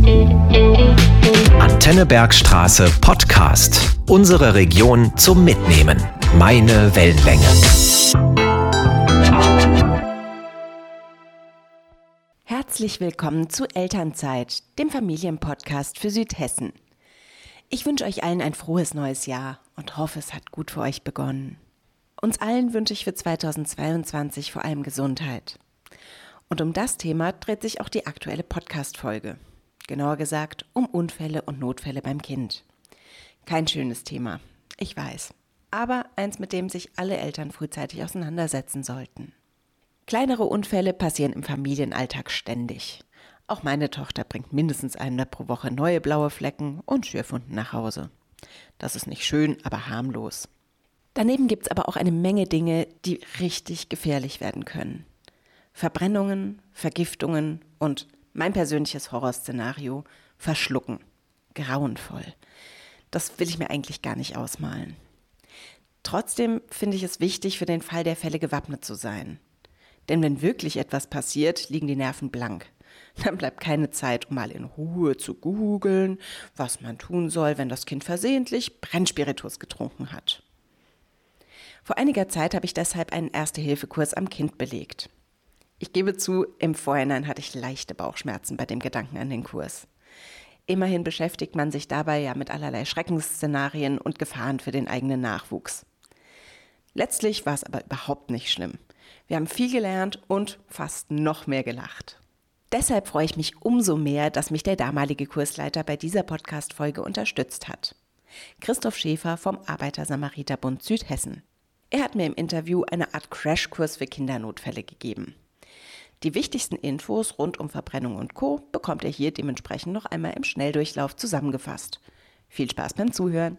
Antenne Bergstraße Podcast. Unsere Region zum Mitnehmen. Meine Wellenlänge. Herzlich willkommen zu Elternzeit, dem Familienpodcast für Südhessen. Ich wünsche euch allen ein frohes neues Jahr und hoffe, es hat gut für euch begonnen. Uns allen wünsche ich für 2022 vor allem Gesundheit. Und um das Thema dreht sich auch die aktuelle Podcast-Folge. Genauer gesagt um Unfälle und Notfälle beim Kind. Kein schönes Thema, ich weiß, aber eins, mit dem sich alle Eltern frühzeitig auseinandersetzen sollten. Kleinere Unfälle passieren im Familienalltag ständig. Auch meine Tochter bringt mindestens einmal pro Woche neue blaue Flecken und Schürfwunden nach Hause. Das ist nicht schön, aber harmlos. Daneben gibt es aber auch eine Menge Dinge, die richtig gefährlich werden können. Verbrennungen, Vergiftungen und mein persönliches Horrorszenario, verschlucken. Grauenvoll. Das will ich mir eigentlich gar nicht ausmalen. Trotzdem finde ich es wichtig, für den Fall der Fälle gewappnet zu sein. Denn wenn wirklich etwas passiert, liegen die Nerven blank. Dann bleibt keine Zeit, um mal in Ruhe zu googeln, was man tun soll, wenn das Kind versehentlich Brennspiritus getrunken hat. Vor einiger Zeit habe ich deshalb einen Erste-Hilfe-Kurs am Kind belegt. Ich gebe zu, im Vorhinein hatte ich leichte Bauchschmerzen bei dem Gedanken an den Kurs. Immerhin beschäftigt man sich dabei ja mit allerlei Schreckensszenarien und Gefahren für den eigenen Nachwuchs. Letztlich war es aber überhaupt nicht schlimm. Wir haben viel gelernt und fast noch mehr gelacht. Deshalb freue ich mich umso mehr, dass mich der damalige Kursleiter bei dieser Podcast-Folge unterstützt hat. Christoph Schäfer vom Arbeiter-Samariter-Bund Südhessen. Er hat mir im Interview eine Art Crashkurs für Kindernotfälle gegeben. Die wichtigsten Infos rund um Verbrennung und Co. bekommt ihr hier dementsprechend noch einmal im Schnelldurchlauf zusammengefasst. Viel Spaß beim Zuhören.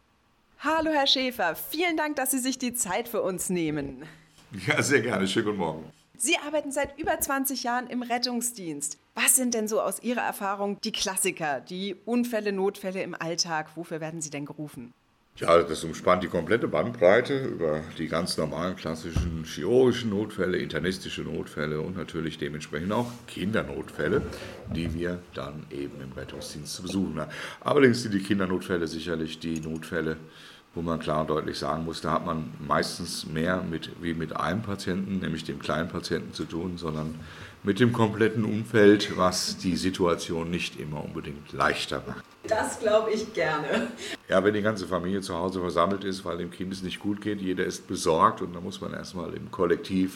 Hallo Herr Schäfer, vielen Dank, dass Sie sich die Zeit für uns nehmen. Ja, sehr gerne. Schönen guten Morgen. Sie arbeiten seit über 20 Jahren im Rettungsdienst. Was sind denn so aus Ihrer Erfahrung die Klassiker, die Unfälle, Notfälle im Alltag? Wofür werden Sie denn gerufen? Ja, das umspannt die komplette Bandbreite über die ganz normalen klassischen chirurgischen Notfälle, internistische Notfälle und natürlich dementsprechend auch Kindernotfälle, die wir dann eben im Rettungsdienst zu besuchen haben. Allerdings sind die Kindernotfälle sicherlich die Notfälle, wo man klar und deutlich sagen muss, da hat man meistens mehr wie mit einem Patienten, nämlich dem kleinen Patienten zu tun, sondern mit dem kompletten Umfeld, was die Situation nicht immer unbedingt leichter macht. Das glaube ich gerne. Ja, wenn die ganze Familie zu Hause versammelt ist, weil dem Kind es nicht gut geht, jeder ist besorgt und da muss man erstmal im Kollektiv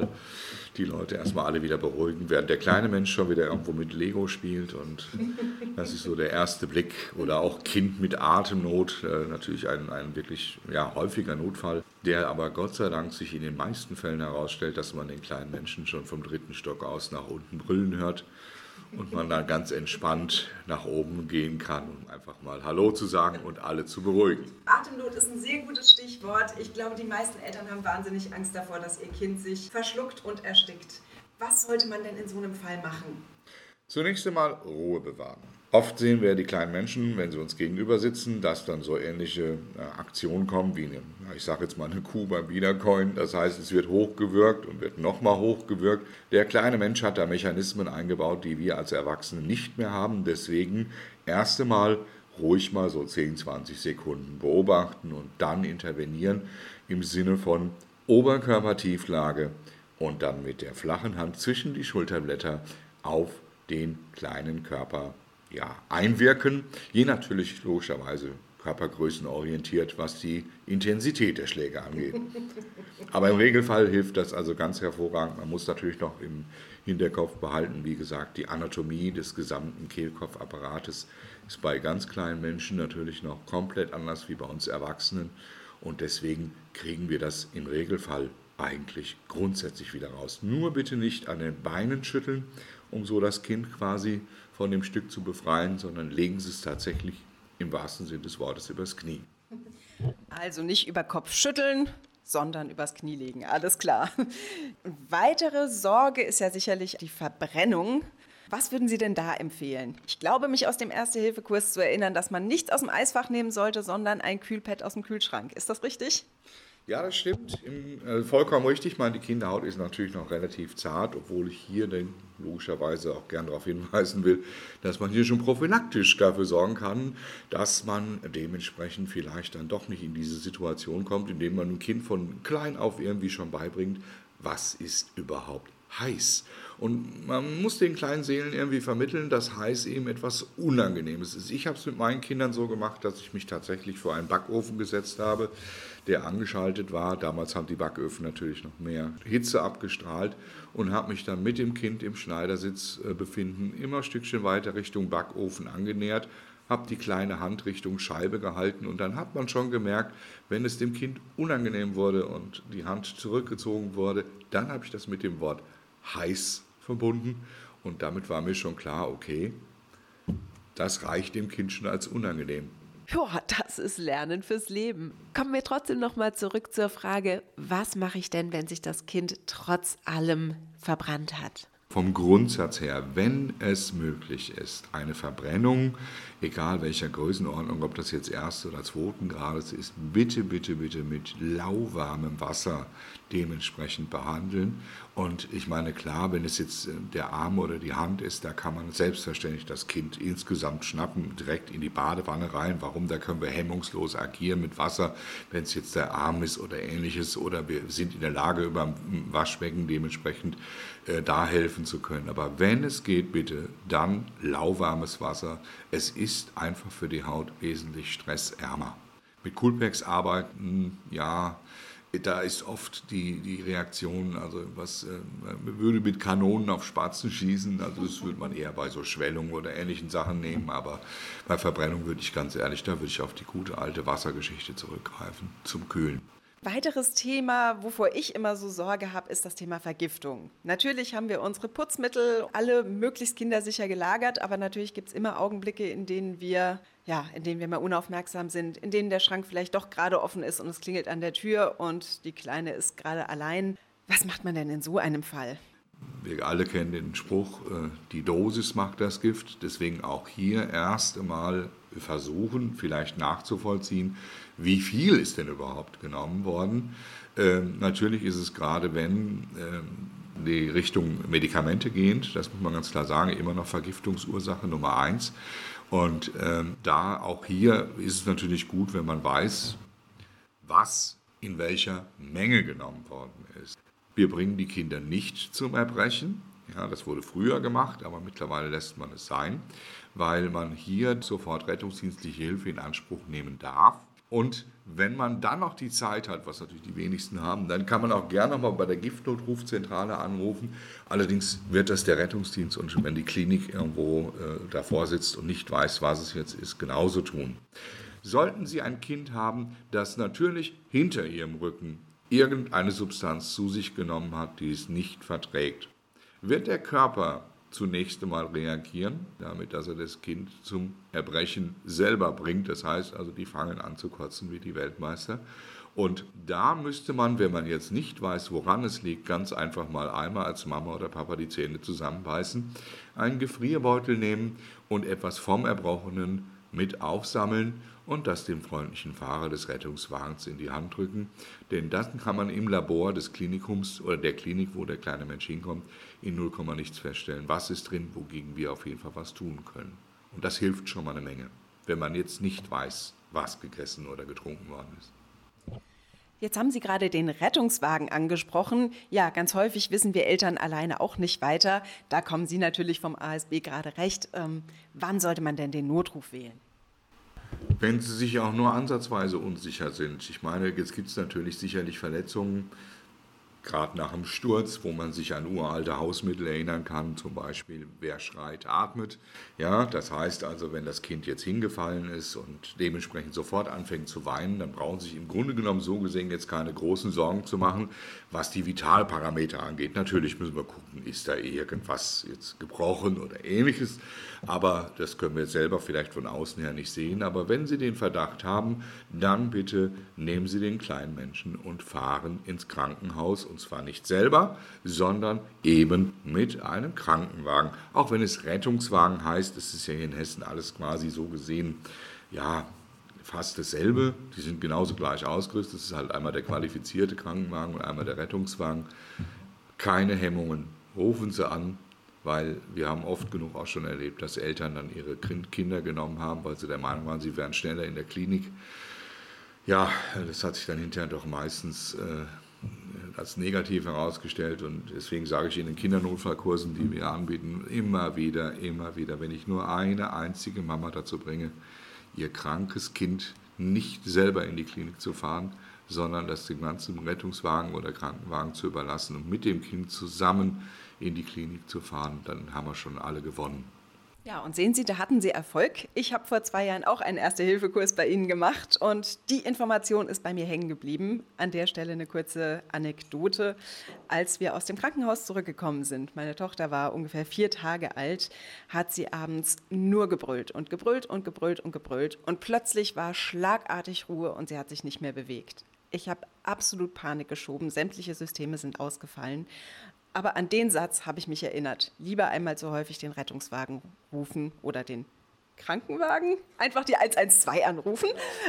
die Leute erstmal alle wieder beruhigen, während der kleine Mensch schon wieder irgendwo mit Lego spielt und das ist so der erste Blick. Oder auch Kind mit Atemnot, natürlich ein wirklich häufiger Notfall, der aber Gott sei Dank sich in den meisten Fällen herausstellt, dass man den kleinen Menschen schon vom 3. Stock aus nach unten brüllen hört. Und man dann ganz entspannt nach oben gehen kann, um einfach mal Hallo zu sagen und alle zu beruhigen. Atemnot ist ein sehr gutes Stichwort. Ich glaube, die meisten Eltern haben wahnsinnig Angst davor, dass ihr Kind sich verschluckt und erstickt. Was sollte man denn in so einem Fall machen? Zunächst einmal Ruhe bewahren. Oft sehen wir die kleinen Menschen, wenn sie uns gegenüber sitzen, dass dann so ähnliche Aktionen kommen wie ich sage jetzt mal eine Kuh beim Wiederkäuen. Das heißt, es wird hochgewürgt und wird nochmal hochgewürgt. Der kleine Mensch hat da Mechanismen eingebaut, die wir als Erwachsene nicht mehr haben. Deswegen erst einmal ruhig mal so 10, 20 Sekunden beobachten und dann intervenieren im Sinne von Oberkörpertieflage und dann mit der flachen Hand zwischen die Schulterblätter auf den kleinen Körper einwirken, je natürlich logischerweise Körpergrößen orientiert, was die Intensität der Schläge angeht. Aber im Regelfall hilft das also ganz hervorragend. Man muss natürlich noch im Hinterkopf behalten, wie gesagt, die Anatomie des gesamten Kehlkopfapparates ist bei ganz kleinen Menschen natürlich noch komplett anders wie bei uns Erwachsenen und deswegen kriegen wir das im Regelfall eigentlich grundsätzlich wieder raus. Nur bitte nicht an den Beinen schütteln, um so das Kind quasi von dem Stück zu befreien, sondern legen Sie es tatsächlich im wahrsten Sinne des Wortes übers Knie. Also nicht über Kopf schütteln, sondern übers Knie legen, alles klar. Weitere Sorge ist ja sicherlich die Verbrennung. Was würden Sie denn da empfehlen? Ich glaube, mich aus dem Erste-Hilfe-Kurs zu erinnern, dass man nichts aus dem Eisfach nehmen sollte, sondern ein Kühlpad aus dem Kühlschrank. Ist das richtig? Ja, das stimmt. Vollkommen richtig. Ich meine, die Kinderhaut ist natürlich noch relativ zart, obwohl ich hier logischerweise auch gern darauf hinweisen will, dass man hier schon prophylaktisch dafür sorgen kann, dass man dementsprechend vielleicht dann doch nicht in diese Situation kommt, indem man dem Kind von klein auf irgendwie schon beibringt, was ist überhaupt heiß. Und man muss den kleinen Seelen irgendwie vermitteln, dass heiß eben etwas Unangenehmes ist. Ich habe es mit meinen Kindern so gemacht, dass ich mich tatsächlich vor einen Backofen gesetzt habe, der angeschaltet war. Damals haben die Backöfen natürlich noch mehr Hitze abgestrahlt und habe mich dann mit dem Kind im Schneidersitz befinden, immer ein Stückchen weiter Richtung Backofen angenähert, habe die kleine Hand Richtung Scheibe gehalten und dann hat man schon gemerkt, wenn es dem Kind unangenehm wurde und die Hand zurückgezogen wurde, dann habe ich das mit dem Wort heiß verbunden und damit war mir schon klar, okay, das reicht dem Kind schon als unangenehm. Ja, das ist Lernen fürs Leben. Kommen wir trotzdem nochmal zurück zur Frage, was mache ich denn, wenn sich das Kind trotz allem verbrannt hat? Vom Grundsatz her, wenn es möglich ist, eine Verbrennung, egal welcher Größenordnung, ob das jetzt erste oder zweiten Grades ist, bitte, bitte, bitte mit lauwarmem Wasser dementsprechend behandeln. Und ich meine, klar, wenn es jetzt der Arm oder die Hand ist, da kann man selbstverständlich das Kind insgesamt schnappen, direkt in die Badewanne rein. Warum? Da können wir hemmungslos agieren mit Wasser, wenn es jetzt der Arm ist oder ähnliches. Oder wir sind in der Lage, über dem Waschbecken dementsprechend da helfen zu können. Aber wenn es geht, bitte, dann lauwarmes Wasser. Es ist einfach für die Haut wesentlich stressärmer. Mit Coolpacks arbeiten, ja, da ist oft die Reaktion, also man würde mit Kanonen auf Spatzen schießen, also das würde man eher bei so Schwellungen oder ähnlichen Sachen nehmen, aber bei Verbrennung würde ich ganz ehrlich, da würde ich auf die gute alte Wassergeschichte zurückgreifen, zum Kühlen. Weiteres Thema, wovor ich immer so Sorge habe, ist das Thema Vergiftung. Natürlich haben wir unsere Putzmittel alle möglichst kindersicher gelagert, aber natürlich gibt es immer Augenblicke, in denen wir mal unaufmerksam sind, in denen der Schrank vielleicht doch gerade offen ist und es klingelt an der Tür und die Kleine ist gerade allein. Was macht man denn in so einem Fall? Wir alle kennen den Spruch, die Dosis macht das Gift. Deswegen auch hier erst einmal versuchen, vielleicht nachzuvollziehen, wie viel ist denn überhaupt genommen worden. Natürlich ist es gerade, wenn die Richtung Medikamente gehend, das muss man ganz klar sagen, immer noch Vergiftungsursache Nummer 1. Und da auch hier ist es natürlich gut, wenn man weiß, was in welcher Menge genommen worden ist. Wir bringen die Kinder nicht zum Erbrechen. Ja, das wurde früher gemacht, aber mittlerweile lässt man es sein, weil man hier sofort rettungsdienstliche Hilfe in Anspruch nehmen darf. Und wenn man dann noch die Zeit hat, was natürlich die wenigsten haben, dann kann man auch gerne mal bei der Giftnotrufzentrale anrufen. Allerdings wird das der Rettungsdienst und wenn die Klinik irgendwo davor sitzt und nicht weiß, was es jetzt ist, genauso tun. Sollten Sie ein Kind haben, das natürlich hinter Ihrem Rücken irgendeine Substanz zu sich genommen hat, die es nicht verträgt, wird der Körper zunächst einmal reagieren, damit dass er das Kind zum Erbrechen selber bringt. Das heißt also, die fangen an zu kotzen wie die Weltmeister. Und da müsste man, wenn man jetzt nicht weiß, woran es liegt, ganz einfach mal einmal als Mama oder Papa die Zähne zusammenbeißen, einen Gefrierbeutel nehmen und etwas vom Erbrochenen mit aufsammeln und das dem freundlichen Fahrer des Rettungswagens in die Hand drücken. Denn das kann man im Labor des Klinikums oder der Klinik, wo der kleine Mensch hinkommt, in 0, nichts feststellen. Was ist drin, wogegen wir auf jeden Fall was tun können. Und das hilft schon mal eine Menge, wenn man jetzt nicht weiß, was gegessen oder getrunken worden ist. Jetzt haben Sie gerade den Rettungswagen angesprochen. Ja, ganz häufig wissen wir Eltern alleine auch nicht weiter. Da kommen Sie natürlich vom ASB gerade recht. Wann sollte man denn den Notruf wählen? Wenn Sie sich auch nur ansatzweise unsicher sind. Ich meine, jetzt gibt es natürlich sicherlich Verletzungen, gerade nach einem Sturz, wo man sich an uralte Hausmittel erinnern kann, zum Beispiel, wer schreit, atmet. Ja, das heißt also, wenn das Kind jetzt hingefallen ist und dementsprechend sofort anfängt zu weinen, dann brauchen Sie sich im Grunde genommen so gesehen jetzt keine großen Sorgen zu machen, was die Vitalparameter angeht. Natürlich müssen wir gucken, ist da irgendwas jetzt gebrochen oder ähnliches, aber das können wir jetzt selber vielleicht von außen her nicht sehen. Aber wenn Sie den Verdacht haben, dann bitte nehmen Sie den kleinen Menschen und fahren ins Krankenhaus. Und zwar nicht selber, sondern eben mit einem Krankenwagen. Auch wenn es Rettungswagen heißt, das ist ja hier in Hessen alles quasi so gesehen, ja, fast dasselbe. Die sind genauso gleich ausgerüstet. Das ist halt einmal der qualifizierte Krankenwagen und einmal der Rettungswagen. Keine Hemmungen. Rufen Sie an, weil wir haben oft genug auch schon erlebt, dass Eltern dann ihre Kinder genommen haben, weil sie der Meinung waren, sie wären schneller in der Klinik. Ja, das hat sich dann hinterher doch meistens als negativ herausgestellt und deswegen sage ich in den Kindernotfallkursen, die wir anbieten, immer wieder, wenn ich nur eine einzige Mama dazu bringe, ihr krankes Kind nicht selber in die Klinik zu fahren, sondern das dem ganzen Rettungswagen oder Krankenwagen zu überlassen und mit dem Kind zusammen in die Klinik zu fahren, dann haben wir schon alle gewonnen. Ja, und sehen Sie, da hatten Sie Erfolg. Ich habe vor 2 Jahren auch einen Erste-Hilfe-Kurs bei Ihnen gemacht und die Information ist bei mir hängen geblieben. An der Stelle eine kurze Anekdote. Als wir aus dem Krankenhaus zurückgekommen sind, meine Tochter war ungefähr 4 Tage alt, hat sie abends nur gebrüllt und gebrüllt und gebrüllt und gebrüllt und plötzlich war schlagartig Ruhe und sie hat sich nicht mehr bewegt. Ich habe absolut Panik geschoben, sämtliche Systeme sind ausgefallen. Aber an den Satz habe ich mich erinnert. Lieber einmal so häufig den Rettungswagen rufen oder den Krankenwagen, einfach die 112 anrufen,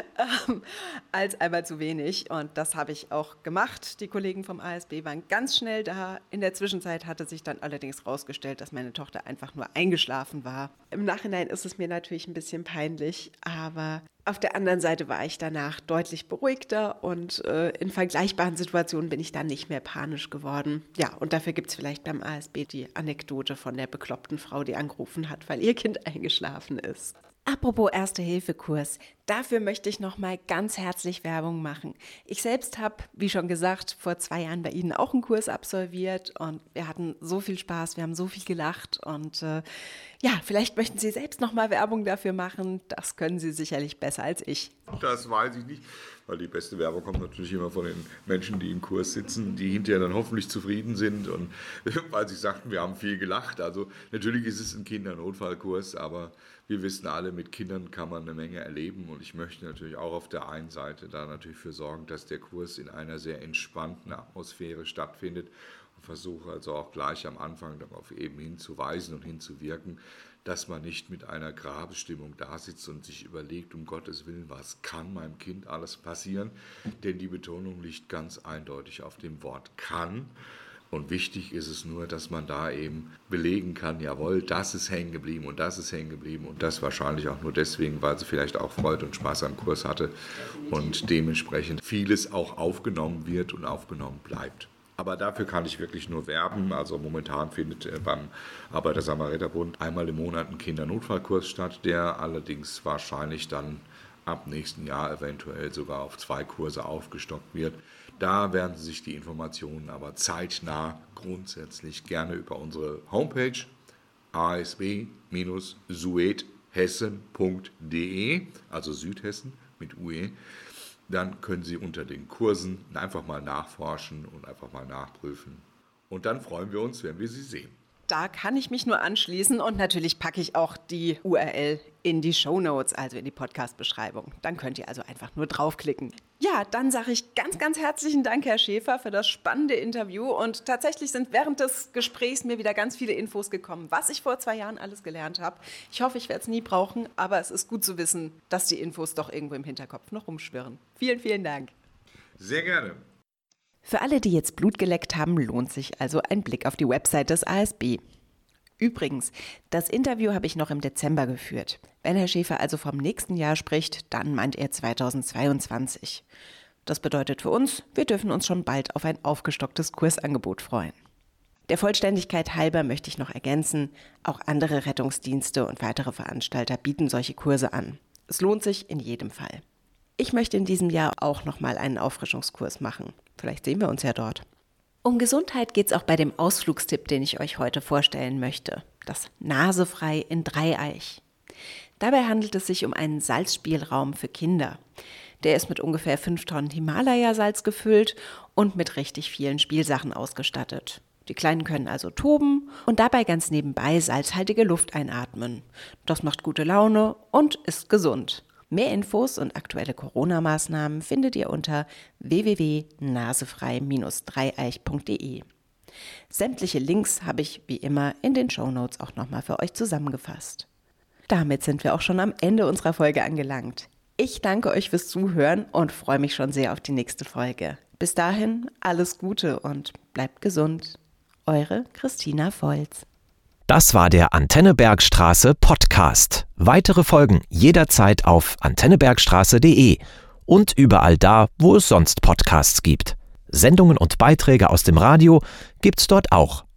als einmal zu wenig. Und das habe ich auch gemacht. Die Kollegen vom ASB waren ganz schnell da. In der Zwischenzeit hatte sich dann allerdings herausgestellt, dass meine Tochter einfach nur eingeschlafen war. Im Nachhinein ist es mir natürlich ein bisschen peinlich, aber auf der anderen Seite war ich danach deutlich beruhigter und in vergleichbaren Situationen bin ich dann nicht mehr panisch geworden. Ja, und dafür gibt es vielleicht beim ASB die Anekdote von der bekloppten Frau, die angerufen hat, weil ihr Kind eingeschlafen ist. Apropos Erste-Hilfe-Kurs, dafür möchte ich nochmal ganz herzlich Werbung machen. Ich selbst habe, wie schon gesagt, vor 2 Jahren bei Ihnen auch einen Kurs absolviert und wir hatten so viel Spaß, wir haben so viel gelacht und ja, vielleicht möchten Sie selbst nochmal Werbung dafür machen, das können Sie sicherlich besser als ich. Das weiß ich nicht, weil die beste Werbung kommt natürlich immer von den Menschen, die im Kurs sitzen, die hinterher dann hoffentlich zufrieden sind und weil sie sagten, wir haben viel gelacht. Also natürlich ist es ein Kindernotfallkurs, aber wir wissen alle, mit Kindern kann man eine Menge erleben und ich möchte natürlich auch auf der einen Seite da natürlich für sorgen, dass der Kurs in einer sehr entspannten Atmosphäre stattfindet und versuche also auch gleich am Anfang darauf eben hinzuweisen und hinzuwirken, dass man nicht mit einer Grabesstimmung da sitzt und sich überlegt, um Gottes Willen, was kann meinem Kind alles passieren, denn die Betonung liegt ganz eindeutig auf dem Wort kann. Und wichtig ist es nur, dass man da eben belegen kann, jawohl, das ist hängen geblieben und das ist hängen geblieben und das wahrscheinlich auch nur deswegen, weil sie vielleicht auch Freude und Spaß am Kurs hatte und dementsprechend vieles auch aufgenommen wird und aufgenommen bleibt. Aber dafür kann ich wirklich nur werben. Also momentan findet beim Arbeiter-Samariter-Bund einmal im Monat ein Kindernotfallkurs statt, der allerdings wahrscheinlich dann ab nächsten Jahr eventuell sogar auf 2 Kurse aufgestockt wird. Da werden Sie sich die Informationen aber zeitnah grundsätzlich gerne über unsere Homepage asb-suedhessen.de, also Südhessen mit UE, dann können Sie unter den Kursen einfach mal nachforschen und einfach mal nachprüfen. Und dann freuen wir uns, wenn wir Sie sehen. Da kann ich mich nur anschließen und natürlich packe ich auch die URL in die Shownotes, also in die Podcast-Beschreibung. Dann könnt ihr also einfach nur draufklicken. Ja, dann sage ich ganz, ganz herzlichen Dank, Herr Schäfer, für das spannende Interview. Und tatsächlich sind während des Gesprächs mir wieder ganz viele Infos gekommen, was ich vor 2 Jahren alles gelernt habe. Ich hoffe, ich werde es nie brauchen, aber es ist gut zu wissen, dass die Infos doch irgendwo im Hinterkopf noch rumschwirren. Vielen, vielen Dank. Sehr gerne. Für alle, die jetzt Blut geleckt haben, lohnt sich also ein Blick auf die Website des ASB. Übrigens, das Interview habe ich noch im Dezember geführt. Wenn Herr Schäfer also vom nächsten Jahr spricht, dann meint er 2022. Das bedeutet für uns, wir dürfen uns schon bald auf ein aufgestocktes Kursangebot freuen. Der Vollständigkeit halber möchte ich noch ergänzen, auch andere Rettungsdienste und weitere Veranstalter bieten solche Kurse an. Es lohnt sich in jedem Fall. Ich möchte in diesem Jahr auch nochmal einen Auffrischungskurs machen. Vielleicht sehen wir uns ja dort. Um Gesundheit geht es auch bei dem Ausflugstipp, den ich euch heute vorstellen möchte. Das Nasefrei in Dreieich. Dabei handelt es sich um einen Salzspielraum für Kinder. Der ist mit ungefähr 5 Tonnen Himalaya-Salz gefüllt und mit richtig vielen Spielsachen ausgestattet. Die Kleinen können also toben und dabei ganz nebenbei salzhaltige Luft einatmen. Das macht gute Laune und ist gesund. Mehr Infos und aktuelle Corona-Maßnahmen findet ihr unter www.nasefrei-dreieich.de. Sämtliche Links habe ich wie immer in den Shownotes auch nochmal für euch zusammengefasst. Damit sind wir auch schon am Ende unserer Folge angelangt. Ich danke euch fürs Zuhören und freue mich schon sehr auf die nächste Folge. Bis dahin, alles Gute und bleibt gesund. Eure Christina Volz. Das war der Antennebergstraße Podcast. Weitere Folgen jederzeit auf antennebergstraße.de und überall da, wo es sonst Podcasts gibt. Sendungen und Beiträge aus dem Radio gibt's dort auch.